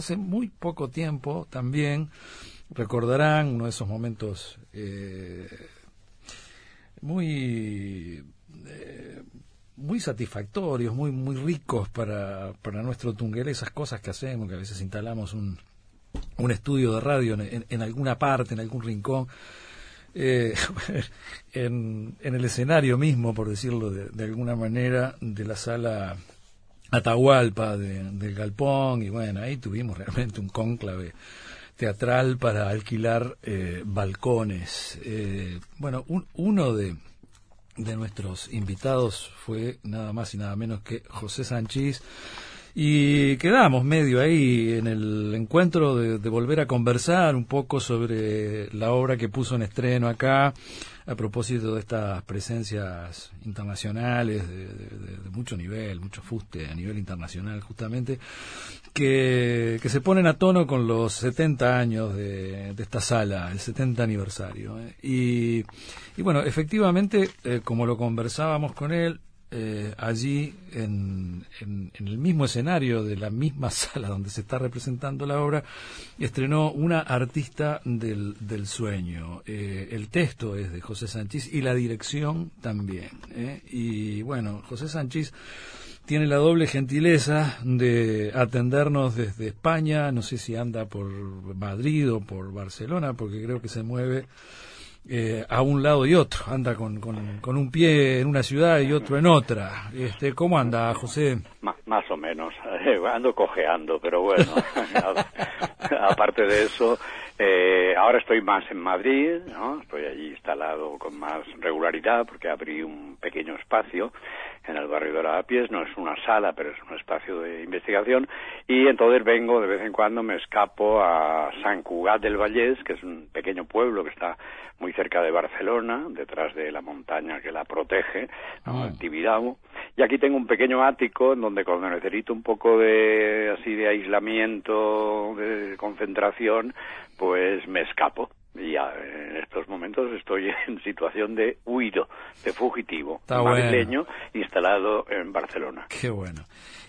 hace muy poco tiempo también, recordarán uno de esos momentos muy satisfactorios, muy ricos para nuestro Tungelé, esas cosas que hacemos, que a veces instalamos un estudio de radio en alguna parte, en algún rincón, en el escenario mismo, por decirlo de alguna manera, de la sala Atahualpa del Galpón, y bueno, ahí tuvimos realmente un cónclave teatral para alquilar balcones. Bueno, uno de nuestros invitados fue nada más y nada menos que José Sanchís, y quedamos medio ahí en el encuentro de volver a conversar un poco sobre la obra que puso en estreno acá, a propósito de estas presencias internacionales de mucho nivel, mucho fuste a nivel internacional justamente, que se ponen a tono con los 70 años de esta sala, el 70 aniversario. Y bueno, efectivamente, como lo conversábamos con él, allí en el mismo escenario de la misma sala donde se está representando la obra, estrenó Una artista del sueño. El texto es de José Sanchís y la dirección también. Y bueno, José Sanchís tiene la doble gentileza de atendernos desde España. No sé si anda por Madrid o por Barcelona, porque creo que se mueve a un lado y otro, anda con un pie en una ciudad y otro en otra. ¿Cómo anda, José? Más o menos, ando cojeando, pero bueno, aparte de eso, ahora estoy más en Madrid, ¿no? Estoy allí instalado con más regularidad porque abrí un pequeño espacio en el barrio de Lavapiés, no es una sala, pero es un espacio de investigación, y entonces vengo, de vez en cuando me escapo a Sant Cugat del Vallès, que es un pequeño pueblo que está muy cerca de Barcelona, detrás de la montaña que la protege, ¿no? El Tibidabo, y aquí tengo un pequeño ático en donde cuando necesito un poco de aislamiento, de concentración, pues me escapo. Y en estos momentos estoy en situación de huido, de fugitivo, madrileño, bueno, instalado en Barcelona. Qué bueno.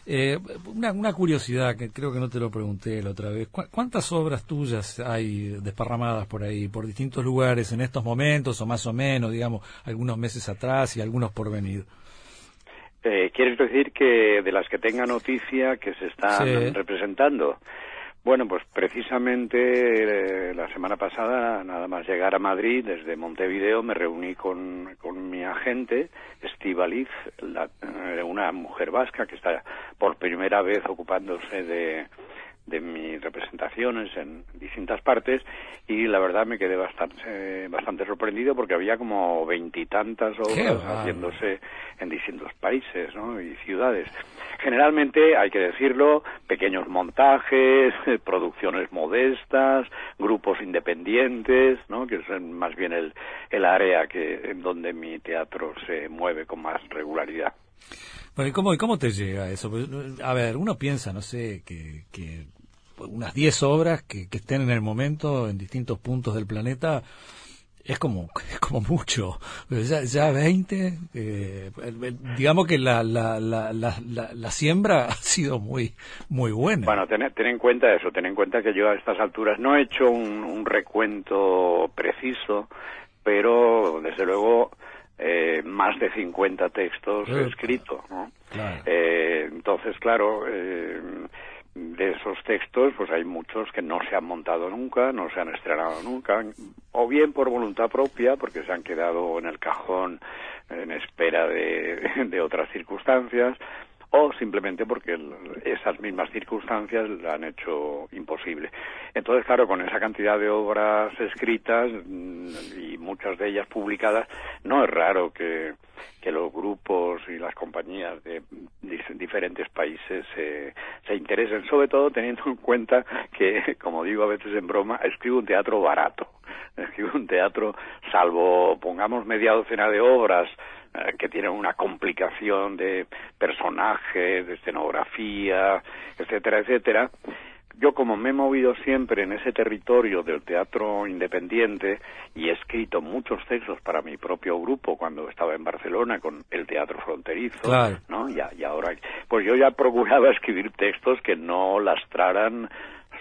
Una curiosidad que creo que no te lo pregunté la otra vez. ¿Cuántas obras tuyas hay desparramadas por ahí, por distintos lugares en estos momentos, o más o menos, digamos, algunos meses atrás y algunos por venir? ¿Quieres decir que de las que tenga noticia que se están representando? Bueno, pues precisamente la semana pasada, nada más llegar a Madrid, desde Montevideo, me reuní con mi agente, Estíbaliz, una mujer vasca que está por primera vez ocupándose de mis representaciones en distintas partes, y la verdad me quedé bastante sorprendido porque había como 20 y tantas obras haciéndose en distintos países, ¿no? Y ciudades. Generalmente, hay que decirlo, pequeños montajes, producciones modestas, grupos independientes, ¿no? Que es más bien el área en donde mi teatro se mueve con más regularidad. Bueno, ¿y cómo te llega eso? A ver, uno piensa, no sé, que unas 10 obras que estén en el momento en distintos puntos del planeta es como mucho. Ya 20, digamos que la siembra ha sido muy buena. Bueno, ten en cuenta eso, ten en cuenta que yo a estas alturas no he hecho un recuento preciso, pero desde luego más de 50 textos he escrito, ¿no? Claro. Entonces, claro, de esos textos, pues hay muchos que no se han montado nunca, no se han estrenado nunca, o bien por voluntad propia, porque se han quedado en el cajón en espera de otras circunstancias, o simplemente porque esas mismas circunstancias la han hecho imposible. Entonces, claro, con esa cantidad de obras escritas y muchas de ellas publicadas, no es raro que los grupos y las compañías de diferentes países se interesen, sobre todo teniendo en cuenta que, como digo a veces en broma, escribo un teatro barato. Escribo un teatro, salvo, pongamos, media docena de obras que tienen una complicación de personajes, de escenografía, etcétera, etcétera. Yo, como me he movido siempre en ese territorio del teatro independiente y he escrito muchos textos para mi propio grupo cuando estaba en Barcelona con el Teatro Fronterizo, claro, ¿no? Y ahora, pues yo ya procuraba escribir textos que no lastraran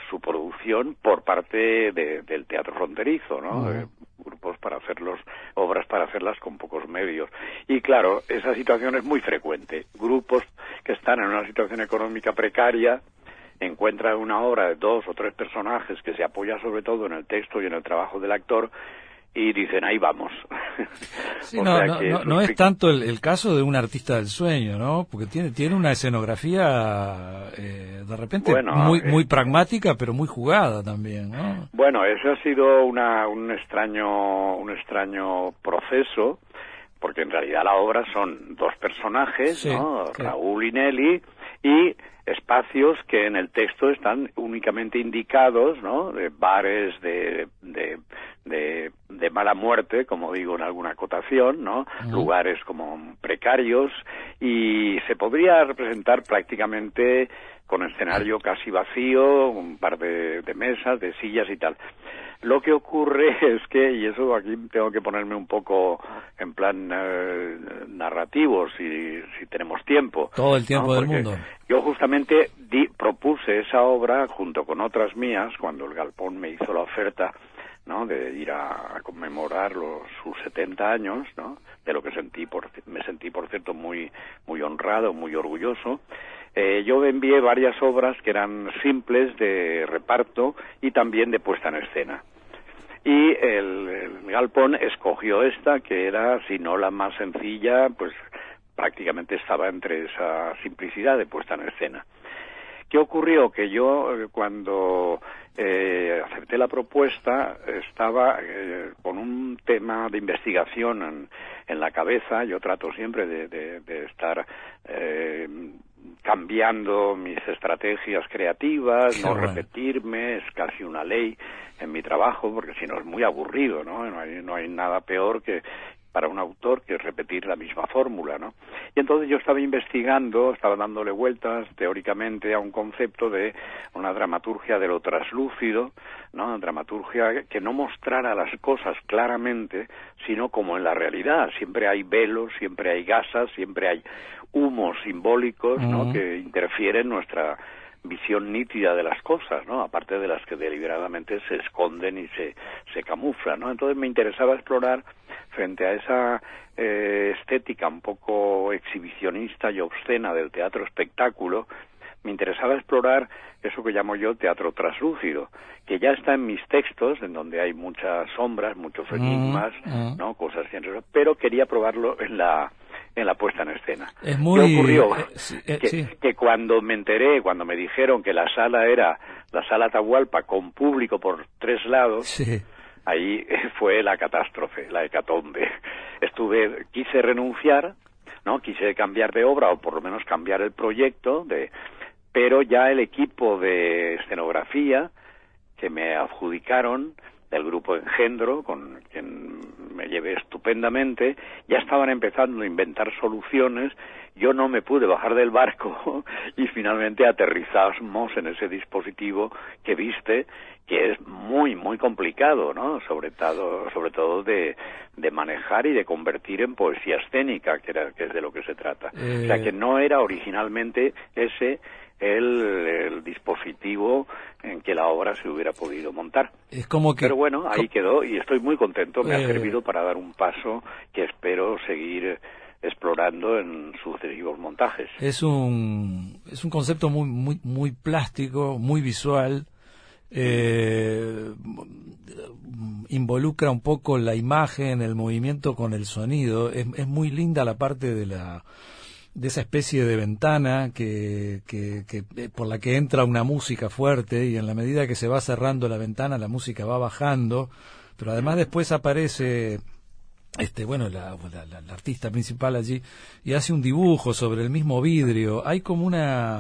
su producción por parte del teatro fronterizo, ¿no? Grupos para hacerlos, obras para hacerlas con pocos medios. Y claro, esa situación es muy frecuente. Grupos que están en una situación económica precaria encuentran una obra de 2 o 3 personajes que se apoya sobre todo en el texto y en el trabajo del actor y dicen, ahí vamos. Sí, no es tanto el caso de un artista del sueño, ¿no? Porque tiene una escenografía de repente muy pragmática, pero muy jugada también, ¿no? Bueno, eso ha sido un extraño proceso, porque en realidad la obra son 2 personajes, sí, ¿no? Claro. Raúl y Nelly, y espacios que en el texto están únicamente indicados, ¿no? De bares de mala muerte, como digo en alguna acotación, ¿no? Lugares como precarios, y se podría representar prácticamente con escenario casi vacío, un par de mesas, de sillas y tal. Lo que ocurre es que, y eso aquí tengo que ponerme un poco en plan narrativo, si tenemos tiempo. Todo el tiempo del mundo. Yo justamente propuse esa obra junto con otras mías cuando el Galpón me hizo la oferta, ¿no? De ir a conmemorar sus 70 años, ¿no? De lo que me sentí por cierto muy honrado, muy orgulloso. Yo envié varias obras que eran simples de reparto y también de puesta en escena. Y el Galpón escogió esta, que era, si no la más sencilla, pues prácticamente estaba entre esa simplicidad de puesta en escena. ¿Qué ocurrió? Que yo, cuando acepté la propuesta, estaba con un tema de investigación en la cabeza. Yo trato siempre de estar cambiando mis estrategias creativas, no repetirme, es casi una ley en mi trabajo, porque si no es muy aburrido, ¿no? No hay nada peor que para un autor que repetir la misma fórmula, ¿no? Y entonces yo estaba investigando, estaba dándole vueltas teóricamente a un concepto de una dramaturgia de lo traslúcido, ¿no? Una dramaturgia que no mostrara las cosas claramente, sino como en la realidad. Siempre hay velos, siempre hay gasas, siempre hay humos simbólicos, ¿no? Que interfieren en nuestra visión nítida de las cosas, ¿no? Aparte de las que deliberadamente se esconden y se camuflan, ¿no? Entonces me interesaba explorar, frente a esa estética un poco exhibicionista y obscena del teatro espectáculo, me interesaba explorar eso que llamo yo teatro traslúcido, que ya está en mis textos, en donde hay muchas sombras, muchos enigmas, ¿no? Cosas así, pero quería probarlo en la puesta en escena. Es muy... ¿Qué ocurrió? Sí. Que cuando me enteré, cuando me dijeron que la sala era la sala Atahualpa con público por 3 lados, sí, ahí fue la catástrofe, la hecatombe. Quise renunciar, ¿no? Quise cambiar de obra, o por lo menos cambiar el proyecto, pero ya el equipo de escenografía que me adjudicaron, del grupo Engendro, con quien me llevé estupendamente, ya estaban empezando a inventar soluciones. Yo no me pude bajar del barco y finalmente aterrizamos en ese dispositivo que viste, que es muy complicado, ¿no? Sobre todo de manejar y de convertir en poesía escénica, que es de lo que se trata. O sea, que no era originalmente ese el dispositivo en que la obra se hubiera podido montar. Es como que... Pero bueno, ahí quedó y estoy muy contento. Me ha servido para dar un paso que espero seguir explorando en sucesivos montajes. Es un concepto muy plástico, muy visual. Involucra un poco la imagen, el movimiento con el sonido. Es muy linda la parte de esa especie de ventana que por la que entra una música fuerte, y en la medida que se va cerrando la ventana la música va bajando, pero además después aparece la artista principal allí y hace un dibujo sobre el mismo vidrio. Hay como una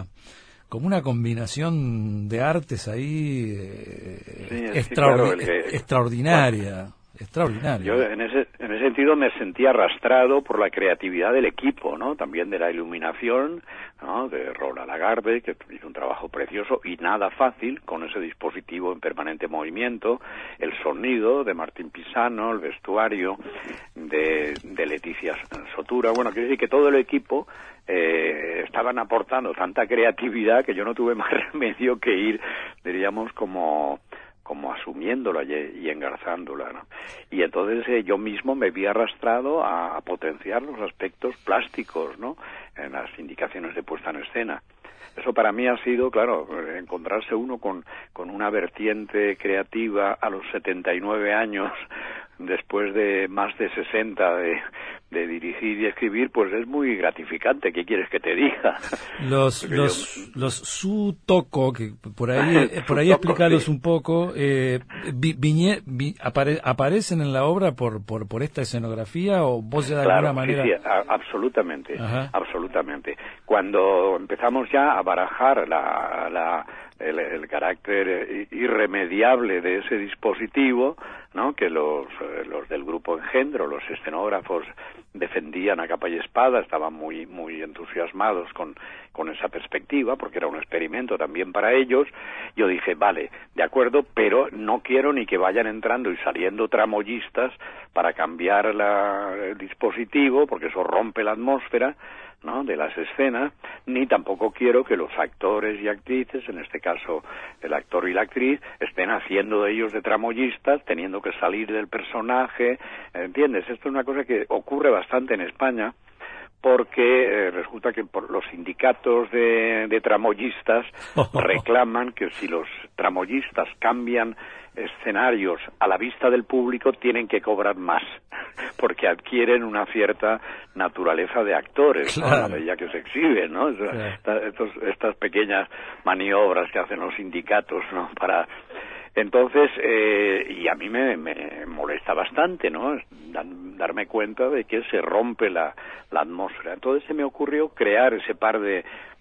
combinación de artes ahí extraordinaria. extraordinario. Yo en ese sentido me sentí arrastrado por la creatividad del equipo, ¿no? También de la iluminación, ¿no? De Roland Lagarde, que hizo un trabajo precioso y nada fácil con ese dispositivo en permanente movimiento, el sonido de Martín Pisano, el vestuario de Leticia Sotura. Bueno, quiero decir que todo el equipo estaban aportando tanta creatividad que yo no tuve más remedio que ir, diríamos, como asumiéndola y engarzándola, ¿no? Y entonces yo mismo me vi arrastrado a potenciar los aspectos plásticos, ¿no? En las indicaciones de puesta en escena. Eso para mí ha sido, claro, encontrarse uno con una vertiente creativa a los 79 años, después de más de 60 de dirigir y escribir, pues es muy gratificante. ¿Qué quieres que te diga? Los su toco, que por ahí explícalos un poco, ¿aparecen en la obra por esta escenografía o vos de alguna manera? Sí, absolutamente, absolutamente. Cuando empezamos ya a barajar el carácter irremediable de ese dispositivo, ¿no? Que los del grupo Engendro, los escenógrafos, defendían a capa y espada, estaban muy entusiasmados con esa perspectiva, porque era un experimento también para ellos. Yo dije, vale, de acuerdo, pero no quiero ni que vayan entrando y saliendo tramoyistas para cambiar el dispositivo, porque eso rompe la atmósfera, ¿no? De las escenas, ni tampoco quiero que los actores y actrices, en este caso el actor y la actriz, estén haciendo de ellos de tramoyistas, teniendo que salir del personaje, ¿entiendes? Esto es una cosa que ocurre bastante en España, porque resulta que por los sindicatos de tramoyistas reclaman que si los tramoyistas cambian escenarios a la vista del público tienen que cobrar más, porque adquieren una cierta naturaleza de actores, claro, ¿no? A la medida que se exhiben, ¿no? Claro. Estas pequeñas maniobras que hacen los sindicatos, ¿no? Entonces, y a mí me molesta bastante, ¿no? Darme cuenta de que se rompe la atmósfera. Entonces se me ocurrió crear ese par de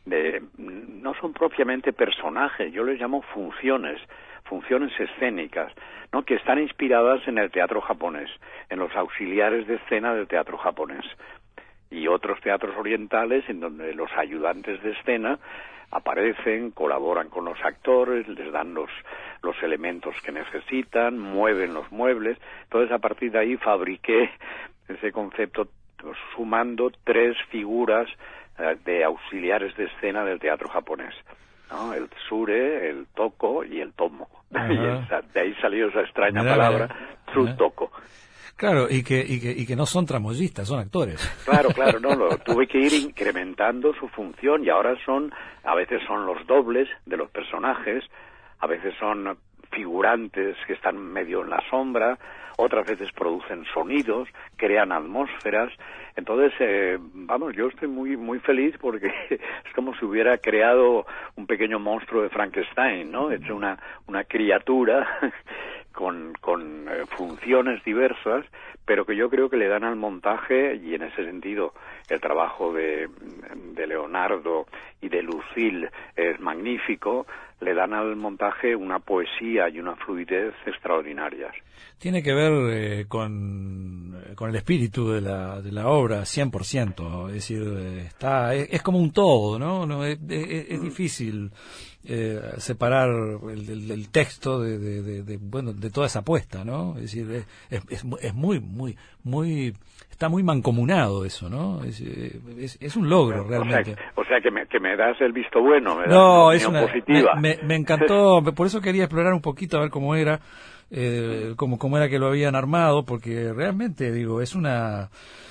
no son propiamente personajes, yo les llamo funciones escénicas, ¿no? Que están inspiradas en el teatro japonés, en los auxiliares de escena del teatro japonés y otros teatros orientales en donde los ayudantes de escena aparecen, colaboran con los actores, les dan los elementos que necesitan, mueven los muebles. Entonces, a partir de ahí fabriqué ese concepto sumando 3 figuras de auxiliares de escena del teatro japonés, ¿no? El tsure, el toko y el tomo. Y de ahí salió esa extraña palabra, tsu-toko. Claro, y que no son tramoyistas, son actores. Claro, tuve que ir incrementando su función y ahora a veces son los dobles de los personajes, a veces son figurantes que están medio en la sombra, otras veces producen sonidos, crean atmósferas. Entonces, yo estoy muy feliz porque es como si hubiera creado un pequeño monstruo de Frankenstein, ¿no? He hecho una criatura con funciones diversas, pero que yo creo que le dan al montaje, y en ese sentido el trabajo de Leonardo y de Lucille es magnífico, le dan al montaje una poesía y una fluidez extraordinarias. Tiene que ver con el espíritu de la obra, 100%, es decir, es como un todo, ¿no? Es difícil separar el texto de toda esa apuesta, ¿no? Es decir, es muy está muy mancomunado eso, ¿no? Es un logro realmente. O sea que me das el visto bueno, me das una opinión positiva. Me encantó, por eso quería explorar un poquito a ver cómo era. Cómo era que lo habían armado, porque realmente, digo, es una...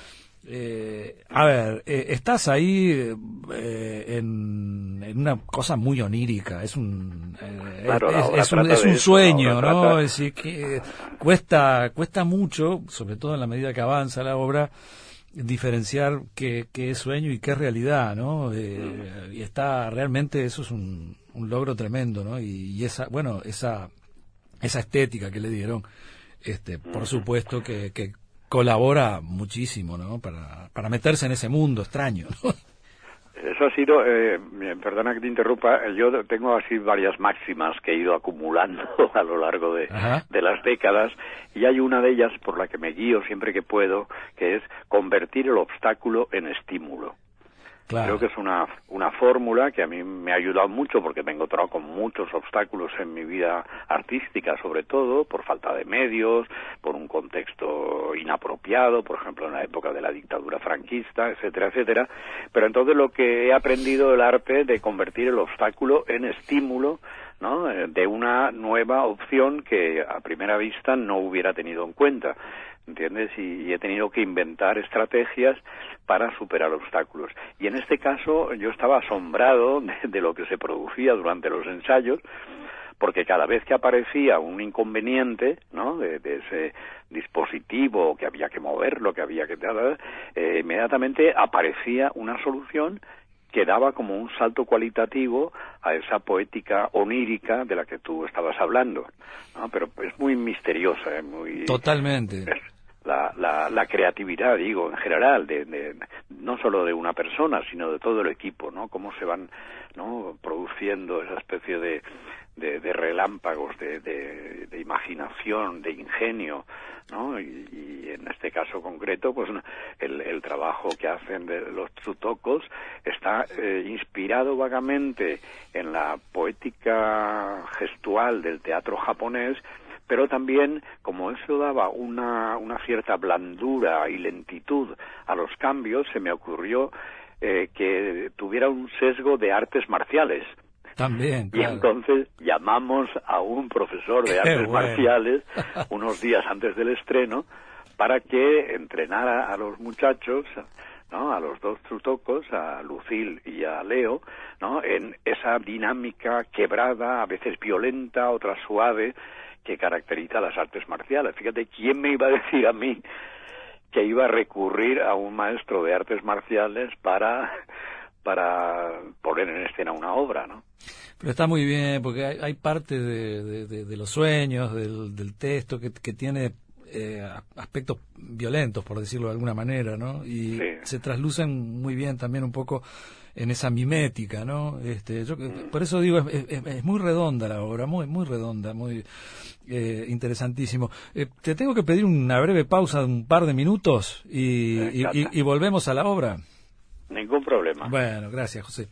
estás ahí en una cosa muy onírica, es un sueño, ¿no? Es decir, que cuesta mucho, sobre todo en la medida que avanza la obra, diferenciar qué es sueño y qué es realidad, ¿no? Y está realmente, eso es un logro tremendo, ¿no? Y esa estética que le dieron, por supuesto que colabora muchísimo, ¿no? Para meterse en ese mundo extraño, ¿no? Eso ha sido, perdona que te interrumpa, yo tengo así varias máximas que he ido acumulando a lo largo de las décadas, y hay una de ellas por la que me guío siempre que puedo, que es convertir el obstáculo en estímulo. Claro. Creo que es una fórmula que a mí me ha ayudado mucho, porque me he encontrado con muchos obstáculos en mi vida artística, sobre todo por falta de medios, por un contexto inapropiado, por ejemplo en la época de la dictadura franquista, etcétera, etcétera. Pero entonces lo que he aprendido el arte de convertir el obstáculo en estímulo, ¿no? De una nueva opción que a primera vista no hubiera tenido en cuenta, ¿entiendes? Y he tenido que inventar estrategias para superar obstáculos. Y en este caso yo estaba asombrado de lo que se producía durante los ensayos, porque cada vez que aparecía un inconveniente, ¿no?, de ese dispositivo, que había que moverlo, que había que... inmediatamente aparecía una solución que daba como un salto cualitativo a esa poética onírica de la que tú estabas hablando, ¿no? Pero es muy misteriosa, muy... Totalmente. La creatividad, digo, en general, no solo de una persona, sino de todo el equipo, ¿no? Cómo se van, ¿no?, produciendo esa especie de relámpagos de imaginación, de ingenio, ¿no? Y en este caso concreto, pues el trabajo que hacen de los Tsutokos está inspirado vagamente en la poética gestual del teatro japonés, pero también, como eso daba una cierta blandura y lentitud a los cambios, se me ocurrió que tuviera un sesgo de artes marciales. También, claro. Y entonces llamamos a un profesor de artes marciales unos días antes del estreno para que entrenara a los muchachos, ¿no?, a los dos Tsutokos, a Lucille y a Leo, ¿no?, en esa dinámica quebrada, a veces violenta, otra suave, que caracteriza las artes marciales. Fíjate, ¿quién me iba a decir a mí que iba a recurrir a un maestro de artes marciales para poner en escena una obra, ¿no? Pero está muy bien, porque hay parte de los sueños, del texto, que tiene aspectos violentos, por decirlo de alguna manera, ¿no? Y se traslucen muy bien también un poco en esa mimética, ¿no? Yo por eso digo, es muy redonda la obra, muy redonda, muy interesantísimo. Te tengo que pedir una breve pausa de un par de minutos y volvemos a la obra. Ningún problema. Bueno, gracias, José.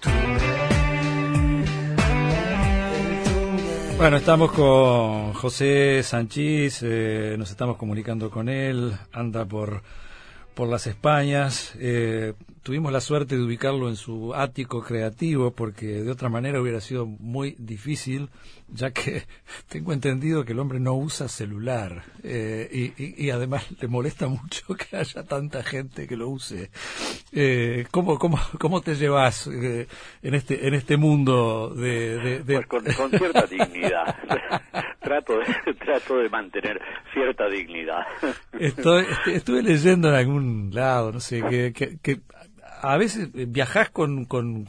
Bueno, estamos con José Sanchís, nos estamos comunicando con él, anda por las Españas. Tuvimos la suerte de ubicarlo en su ático creativo, porque de otra manera hubiera sido muy difícil, ya que tengo entendido que el hombre no usa celular, y además le molesta mucho que haya tanta gente que lo use. ¿Cómo te llevas en este mundo Pues con cierta dignidad. Trato de mantener cierta dignidad. Estuve leyendo en algún lado, no sé, que a veces viajás con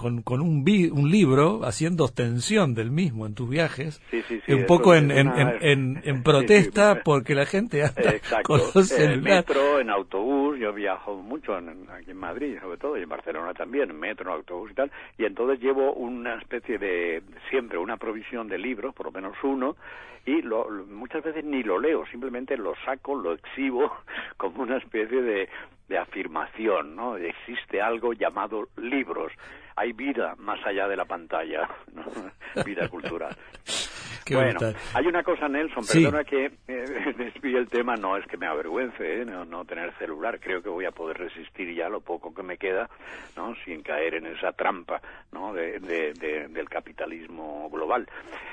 un libro, haciendo ostensión del mismo en tus viajes, un poco en protesta, porque la gente anda con los celulares. En metro, en autobús, yo viajo mucho aquí en Madrid, sobre todo, y en Barcelona también, en metro, en autobús y tal, y entonces llevo una especie siempre una provisión de libros, por lo menos uno, y muchas veces ni lo leo, simplemente lo saco, lo exhibo como una especie de afirmación, ¿no? Existe algo llamado libros. Hay vida más allá de la pantalla, ¿no? Vida cultural. Bueno, hay una cosa, Nelson, perdona que desvíe el tema, no es que me avergüence, no tener celular, creo que voy a poder resistir ya lo poco que me queda, ¿no?, sin caer en esa trampa, ¿no?, del capitalismo global.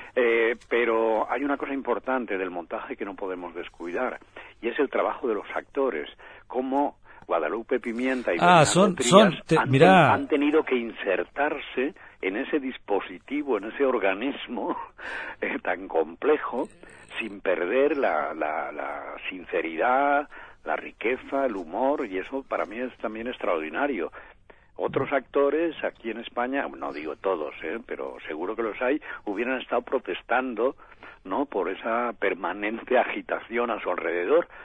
Pero hay una cosa importante del montaje que no podemos descuidar, y es el trabajo de los actores, como Guadalupe Pimienta y Bernardo Trías han tenido que insertarse en ese dispositivo, en ese organismo tan complejo, sin perder la sinceridad, la riqueza, el humor, y eso para mí es también extraordinario. Otros actores aquí en España, no digo todos, pero seguro que los hay, hubieran estado protestando, ¿no?, por esa permanente agitación a su alrededor,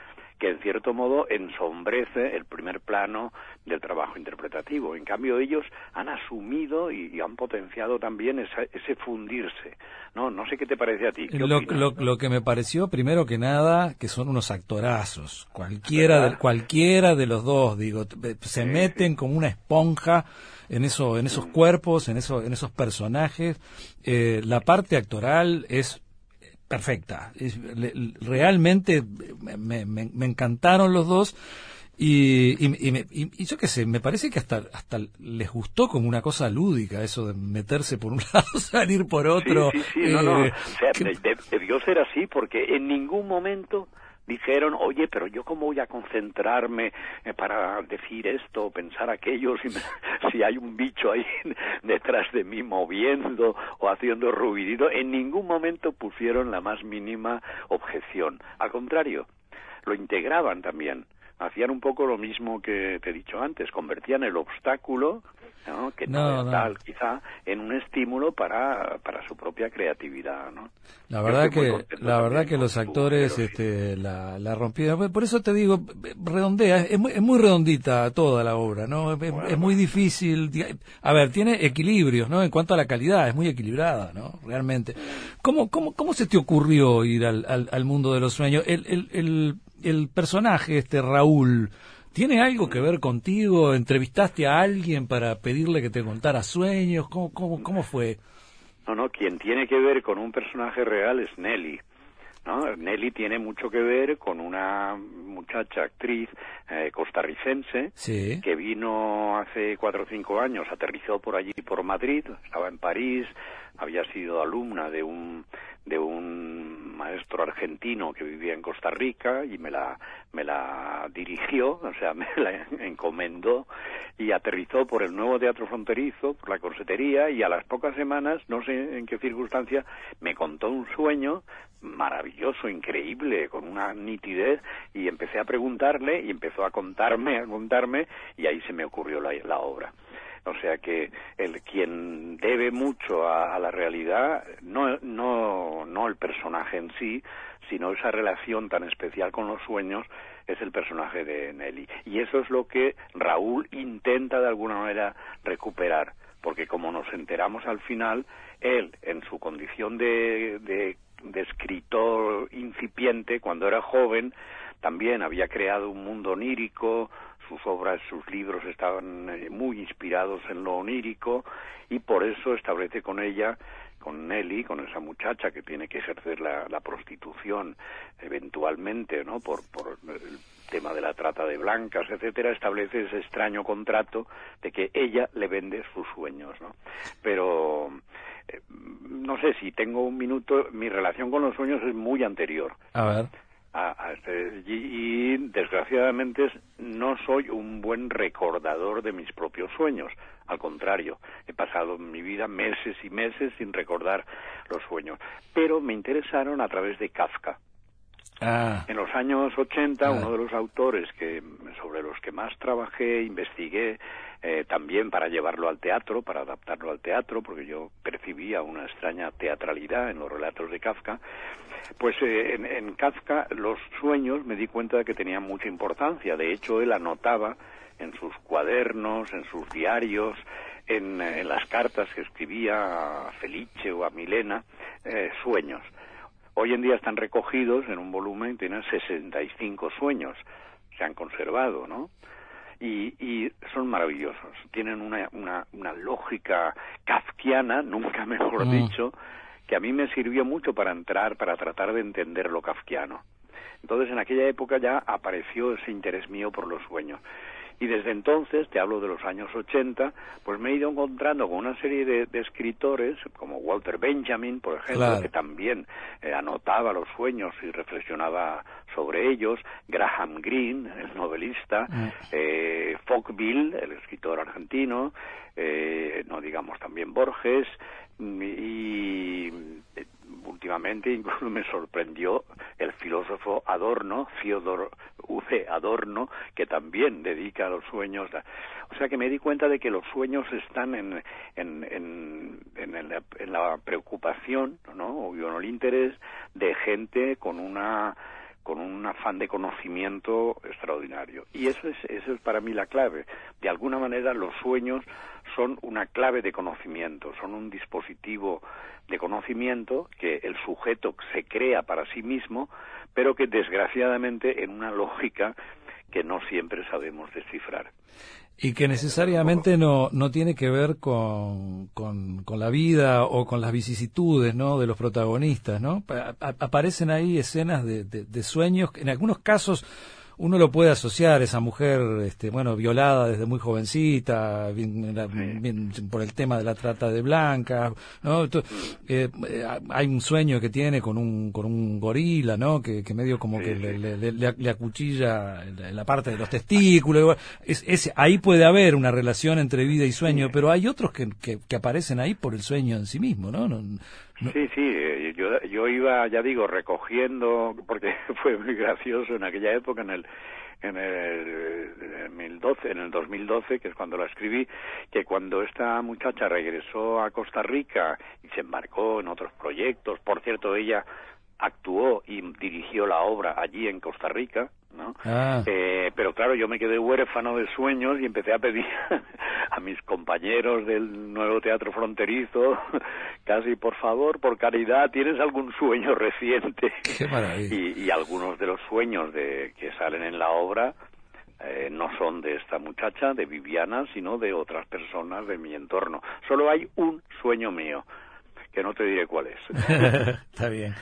que en cierto modo ensombrece el primer plano del trabajo interpretativo. En cambio, ellos han asumido y han potenciado también ese fundirse. No sé qué te parece a ti. Lo que me pareció, primero que nada, que son unos actorazos. Cualquiera de los dos, digo, se meten como una esponja en esos cuerpos, en esos personajes. La parte actoral es perfecta. Realmente me encantaron los dos. Y yo qué sé, me parece que hasta les gustó como una cosa lúdica eso de meterse por un lado, salir por otro. Sí, no. O sea, debió ser así, porque en ningún momento dijeron, oye, pero yo cómo voy a concentrarme para decir esto, pensar aquello, si hay un bicho ahí detrás de mí moviendo o haciendo ruidito. En ningún momento pusieron la más mínima objeción. Al contrario, lo integraban también. Hacían un poco lo mismo que te he dicho antes, convertían el obstáculo, ¿no? Que no era tal, quizá, en un estímulo para su propia creatividad, ¿no? La verdad que los actores la rompieron. Por eso te digo, redondea, es muy redondita toda la obra, ¿no? Es muy difícil. A ver, tiene equilibrios, ¿no? En cuanto a la calidad, es muy equilibrada, ¿no? Realmente. ¿Cómo se te ocurrió ir al mundo de los sueños? El personaje, Raúl, ¿tiene algo que ver contigo? ¿Entrevistaste a alguien para pedirle que te contara sueños? ¿Cómo fue? No, quien tiene que ver con un personaje real es Nelly, ¿no? Nelly tiene mucho que ver con una muchacha actriz costarricense, sí, que vino hace 4 o 5 años, aterrizó por allí, por Madrid, estaba en París, había sido alumna de un maestro argentino que vivía en Costa Rica y me la dirigió, o sea, me la encomendó, y aterrizó por el nuevo Teatro Fronterizo, por la Corsetería, y a las pocas semanas, no sé en qué circunstancia, me contó un sueño maravilloso, increíble, con una nitidez, y empecé a preguntarle y empezó a contarme, y ahí se me ocurrió la obra. O sea que quien debe mucho a la realidad, no el personaje en sí, sino esa relación tan especial con los sueños, es el personaje de Nelly. Y eso es lo que Raúl intenta de alguna manera recuperar, porque como nos enteramos al final, él, en su condición de escritor incipiente, cuando era joven, también había creado un mundo onírico. Sus obras, sus libros estaban muy inspirados en lo onírico, y por eso establece con ella, con Nelly, con esa muchacha que tiene que ejercer la prostitución eventualmente, ¿no? Por el tema de la trata de blancas, etcétera, establece ese extraño contrato de que ella le vende sus sueños, ¿no? Pero no sé si tengo un minuto. Mi relación con los sueños es muy anterior. A ver. Y desgraciadamente no soy un buen recordador de mis propios sueños. Al contrario, he pasado mi vida meses y meses sin recordar los sueños. Pero me interesaron a través de Kafka. En los años 80, uno de los autores sobre los que más trabajé, investigué, también para llevarlo al teatro, para adaptarlo al teatro, porque yo percibía una extraña teatralidad en los relatos de Kafka. Pues en Kafka los sueños me di cuenta de que tenían mucha importancia. De hecho, él anotaba en sus cuadernos, en sus diarios, en las cartas que escribía a Felice o a Milena, sueños. Hoy en día están recogidos en un volumen, tienen 65 sueños, se han conservado, ¿no? Y son maravillosos, tienen una lógica kafkiana, nunca mejor dicho, que a mí me sirvió mucho para tratar de entender lo kafkiano. Entonces, en aquella época ya apareció ese interés mío por los sueños. Y desde entonces, te hablo de los años 80, pues me he ido encontrando con una serie de escritores, como Walter Benjamin, por ejemplo, que también anotaba los sueños y reflexionaba sobre ellos, Graham Greene, el novelista, Fogville, el escritor argentino, no digamos también Borges, y últimamente incluso me sorprendió el filósofo Adorno, Fyodor V. Adorno, que también dedica a los sueños. O sea que me di cuenta de que los sueños están en la preocupación, ¿no? O en el interés de gente con una con un afán de conocimiento extraordinario. Y eso es para mí la clave. De alguna manera los sueños son una clave de conocimiento, son un dispositivo de conocimiento que el sujeto se crea para sí mismo, pero que desgraciadamente en una lógica que no siempre sabemos descifrar. Y que necesariamente no tiene que ver con la vida o con las vicisitudes, ¿no?, de los protagonistas, ¿no? Aparecen ahí escenas de sueños, en algunos casos uno lo puede asociar, esa mujer, violada desde muy jovencita, bien, por el tema de la trata de blancas, ¿no? Hay un sueño que tiene con un gorila, ¿no? Que medio como que le acuchilla la parte de los testículos. Ahí puede haber una relación entre vida y sueño, pero hay otros que aparecen ahí por el sueño en sí mismo, ¿no? Sí, yo iba, ya digo, recogiendo, porque fue muy gracioso en aquella época, en el 2012, que es cuando la escribí, que cuando esta muchacha regresó a Costa Rica y se embarcó en otros proyectos, por cierto, ella actuó y dirigió la obra allí en Costa Rica, ¿no? Pero claro, yo me quedé huérfano de sueños y empecé a pedir a mis compañeros del nuevo teatro fronterizo, casi por favor, por caridad, ¿tienes algún sueño reciente? Qué maravilla. Y algunos de los sueños que salen en la obra no son de esta muchacha, de Viviana, sino de otras personas de mi entorno. Solo hay un sueño mío, que no te diré cuál es. Está bien.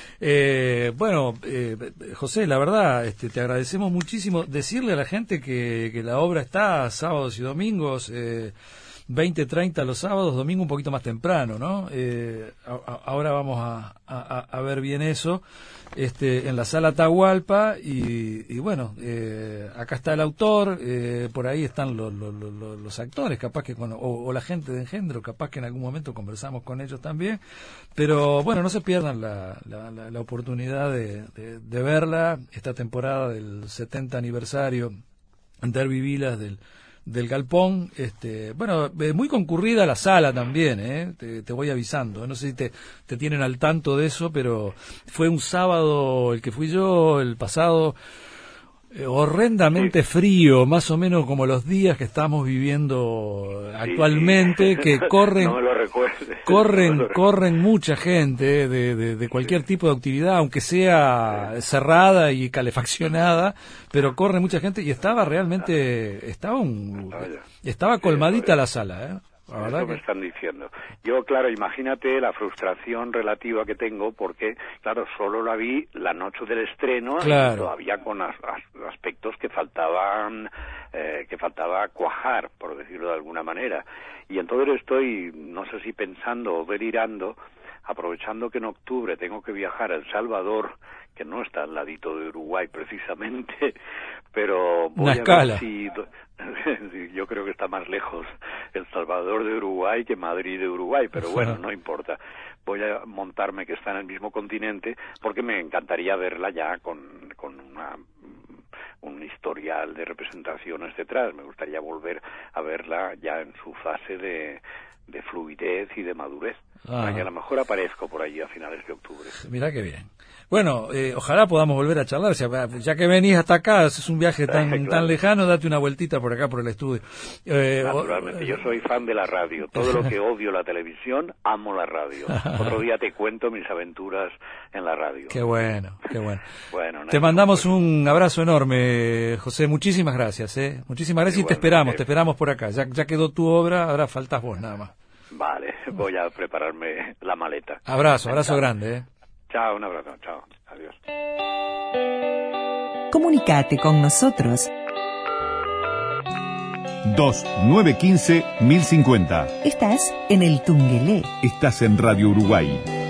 José, la verdad, te agradecemos muchísimo. Decirle a la gente que la obra está sábados y domingos, 20:30 los sábados, domingo un poquito más temprano, ¿no? Ahora vamos a ver bien eso, en la Sala Atahualpa, y bueno, acá está el autor, por ahí están los actores, capaz que o la gente de Engendro, capaz que en algún momento conversamos con ellos también, pero bueno, no se pierdan la oportunidad de verla, esta temporada del 70 aniversario de Derby Vilas del Galpón. Muy concurrida la sala también, te voy avisando, no sé si te tienen al tanto de eso, pero fue un sábado el que fui yo, el pasado, horrendamente frío, más o menos como los días que estamos viviendo actualmente, que corren, no me lo recuerdes. corren mucha gente de cualquier tipo de actividad, aunque sea cerrada y calefaccionada, pero corre mucha gente y estaba colmadita la sala, La verdad Eso me están diciendo. Yo, claro, imagínate la frustración relativa que tengo, porque, claro, solo la vi la noche del estreno, claro, y todavía con aspectos que faltaba cuajar, por decirlo de alguna manera. Y entonces estoy, no sé si pensando o delirando, aprovechando que en octubre tengo que viajar a El Salvador, que no está al ladito de Uruguay precisamente, pero voy a ver si... Yo creo que está más lejos El Salvador de Uruguay que Madrid de Uruguay, pero bueno, no importa. Voy a montarme que está en el mismo continente, porque me encantaría verla ya con un historial de representaciones detrás. Me gustaría volver a verla ya en su fase de fluidez y de madurez. Para que a lo mejor aparezco por allí a finales de octubre. Mirá qué bien. Bueno, ojalá podamos volver a charlar. Ya que venís hasta acá, es un viaje tan lejano, date una vueltita por acá, por el estudio. Naturalmente, yo soy fan de la radio. Todo lo que odio la televisión, amo la radio. Otro día te cuento mis aventuras en la radio. Qué bueno, qué bueno. Bueno, te mandamos un abrazo enorme, José. Muchísimas gracias, Muchísimas gracias. Igualmente. Y te esperamos por acá. Ya quedó tu obra, ahora faltas vos nada más. Vale, voy a prepararme la maleta. Abrazo grande, Chao, un abrazo, chao, adiós. Comunicate con nosotros. 2915-1050. Estás en el Tungelé. Estás en Radio Uruguay.